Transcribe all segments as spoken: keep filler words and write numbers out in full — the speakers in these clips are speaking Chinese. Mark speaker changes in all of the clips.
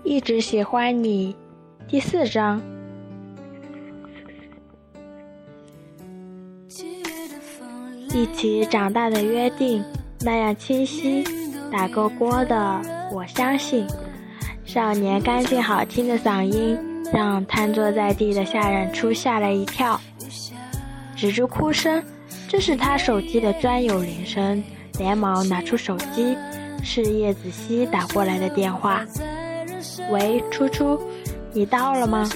Speaker 1: 一直喜欢你第四章。一起长大的约定那样清晰，打勾勾的我相信。少年干净好听的嗓音让瘫坐在地的夏冉初吓了一跳，止住哭声，这是他手机的专有铃声，连忙拿出手机，是叶子熙打过来的电话。喂，初初，你到了吗？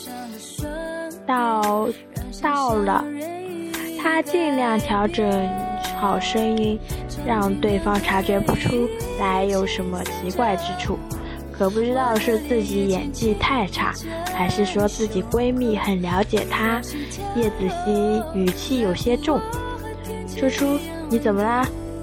Speaker 1: 到到了。他尽量调整好声音，让对方察觉不出来有什么奇怪之处。可不知道是自己演技太差，还是说自己闺蜜很了解她。叶子熙语气有些重。初初，你怎么啦？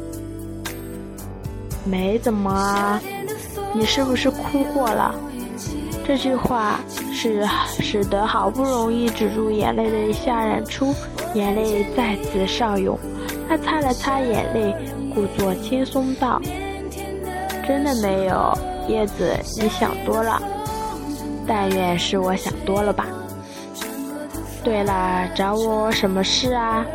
Speaker 1: 没怎么啊。你是不是哭过了？这句话是使得好不容易止住眼泪的夏冉初眼泪再次上涌。他擦了擦眼泪，故作轻松道：真的没有，叶子，你想多了。但愿是我想多了吧。对了，找我什么事啊？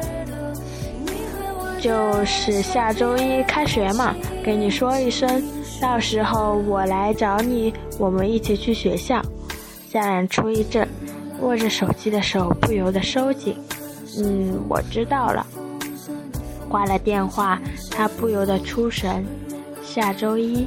Speaker 1: 就是下周一开学嘛，跟你说一声，到时候我来找你，我们一起去学校。夏冉初一震，握着手机的手不由得收紧。嗯，我知道了。挂了电话，他不由得出神。下周一。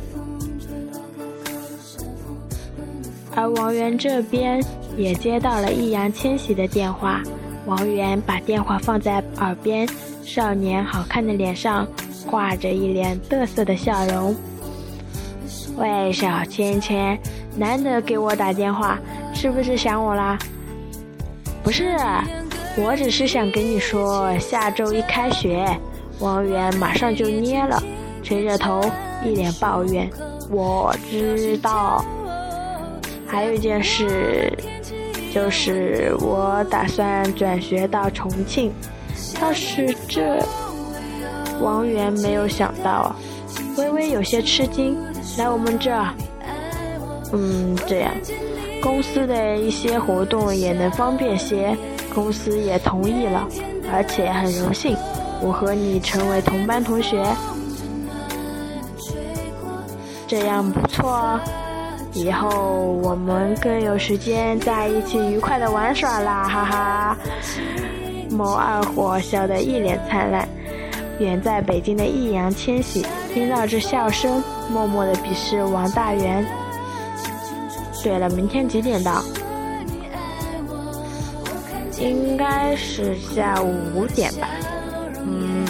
Speaker 1: 而王源这边也接到了易烊千玺的电话，王源把电话放在耳边，少年好看的脸上挂着一脸得瑟的笑容。喂，小芊芊，难得给我打电话，是不是想我啦？不是，我只是想跟你说，下周一开学。王源马上就捏了，垂着头，一脸抱怨。我知道。还有一件事，就是我打算转学到重庆。要是这……王源没有想到，微微有些吃惊。来我们这儿，嗯，这样，公司的一些活动也能方便些，公司也同意了，而且很荣幸，我和你成为同班同学，这样不错哦。以后我们更有时间在一起愉快的玩耍啦，哈哈！某二货笑得一脸灿烂。远在北京的易烊千玺听到这笑声，默默地鄙视王大元。对了，明天几点到？应该是下午五点吧。嗯，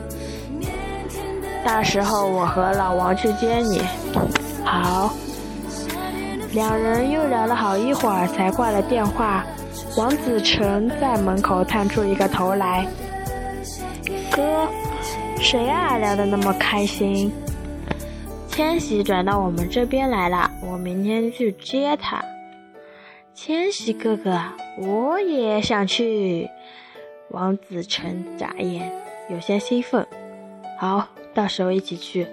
Speaker 1: 到时候我和老王去接你。好。两人又聊了好一会儿才挂了电话。王子成在门口探出一个头来。哥，谁啊聊得那么开心？千玺转到我们这边来了，我明天去接他。千玺哥哥，我也想去。王子成眨眼，有些兴奋。好，到时候一起去。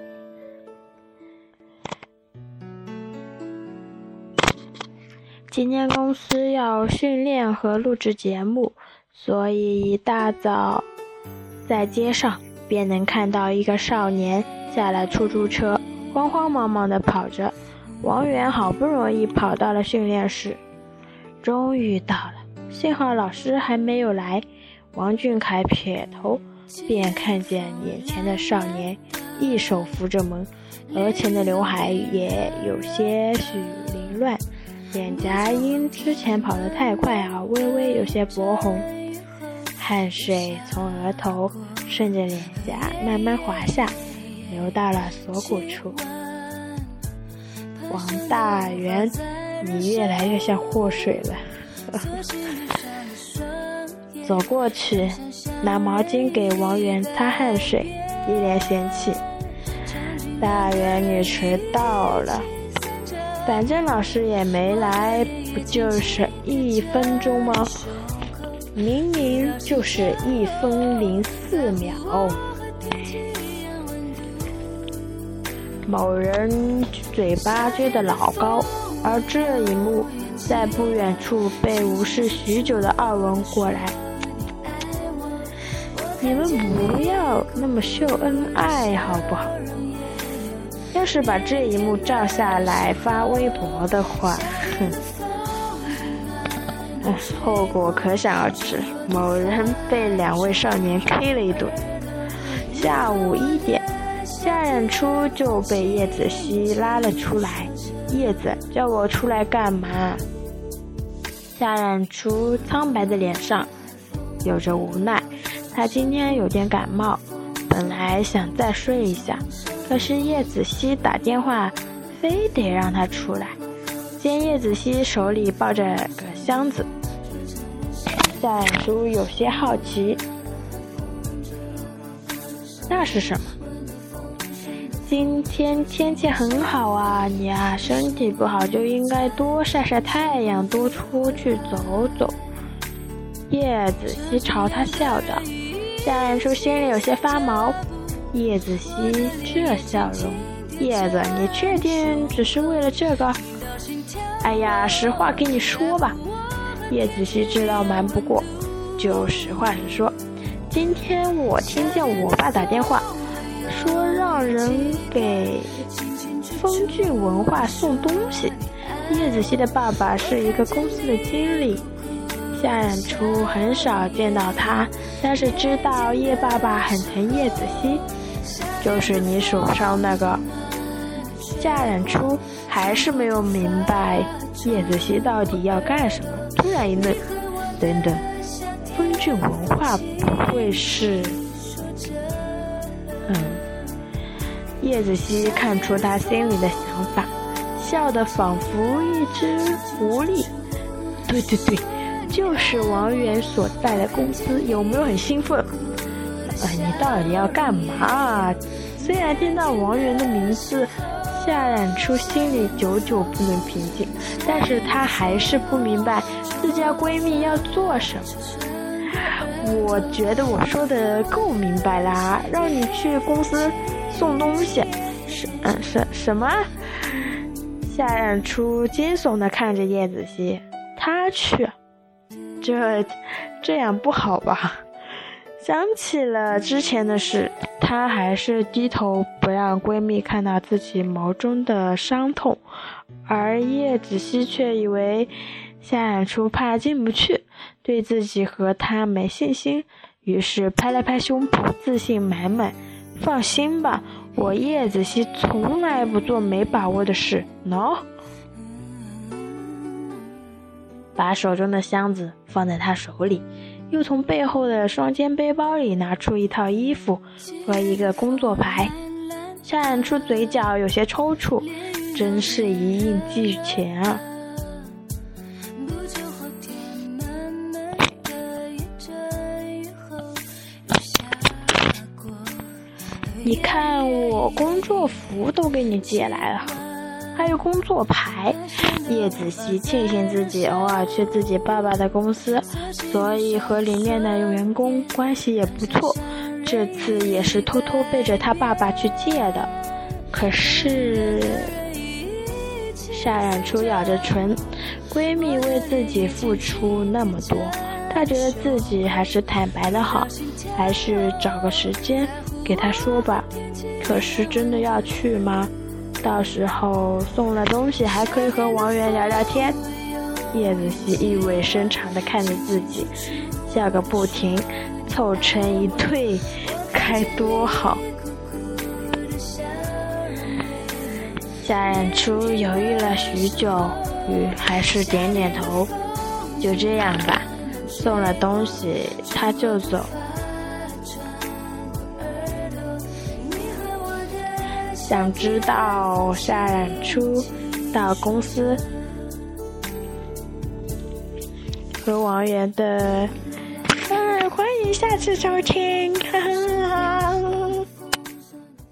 Speaker 1: 今天公司要训练和录制节目，所以一大早在街上便能看到一个少年下了出租车，慌慌忙忙地跑着。王源好不容易跑到了训练室，终于到了，幸好老师还没有来。王俊凯撇头便看见眼前的少年一手扶着门，额前的刘海也有些许凌乱，脸颊因之前跑得太快而微微有些薄红，汗水从额头顺着脸颊慢慢滑下，流到了锁骨处。王大元，你越来越像祸水了。走过去拿毛巾给王源擦汗水，一脸嫌弃。大元，你迟到了。反正老师也没来，不就是一分钟吗？明明就是一分零四秒。某人嘴巴撅得老高， 而这一幕在不远处被无视许久的二文过来。你们不要那么秀恩爱好不好？要是把这一幕照下来发微博的话，哼，唉，后果可想而知。某人被两位少年 K 了一顿。下午一点，夏冉初就被叶子熙拉了出来。叶子叫我出来干嘛？夏冉初苍白的脸上有着无奈。他今天有点感冒，本来想再睡一下，可是叶子熙打电话非得让他出来。见叶子熙手里抱着个箱子，夏冉初有些好奇，那是什么？今天天气很好啊，你啊身体不好就应该多晒晒太阳，多出去走走。叶子熙朝他笑着，夏冉初心里有些发毛。叶子熙这笑容，叶子你确定只是为了这个？哎呀，实话跟你说吧。叶子熙知道瞒不过，就实话实说。今天我听见我爸打电话说让人给风骏文化送东西。叶子熙的爸爸是一个公司的经理，夏冉初很少见到他，但是知道叶爸爸很疼叶子熙，就是你手上那个。夏冉初还是没有明白叶子熙到底要干什么，突然一愣，等等，风骏文化不会是……嗯，叶子熙看出他心里的想法，笑得仿佛一只狐狸。对对对，就是王源所在的公司，有没有很兴奋？哎，你到底要干嘛？虽然听到王源的名字，夏冉初心里久久不能平静，但是她还是不明白自家闺蜜要做什么。我觉得我说的够明白啦，让你去公司送东西。什嗯什什么？夏冉初惊悚地看着叶子熙，她去？这这样不好吧？想起了之前的事，她还是低头不让闺蜜看到自己眸中的伤痛，而叶子熙却以为夏冉初怕进不去，对自己和她没信心，于是拍了拍胸脯，自信满满，放心吧，我叶子熙从来不做没把握的事。喏、no? 把手中的箱子放在他手里，又从背后的双肩背包里拿出一套衣服和一个工作牌。夏冉初嘴角有些抽搐，真是一应俱全啊。你看我工作服都给你借来了，还有工作牌。叶子熙庆幸自己偶尔去自己爸爸的公司，所以和里面的员工关系也不错，这次也是偷偷背着他爸爸去借的。可是夏冉初咬着唇，闺蜜为自己付出那么多，她觉得自己还是坦白的好，还是找个时间给她说吧。可是真的要去吗？到时候送了东西还可以和王源聊聊天。叶子熙意味深长地看着自己，笑个不停，凑成一对该多好。夏冉初犹豫了许久，与还是点点头，就这样吧，送了东西他就走。想知道夏冉初到公司和王源的，啊，欢迎下次收听，呵呵。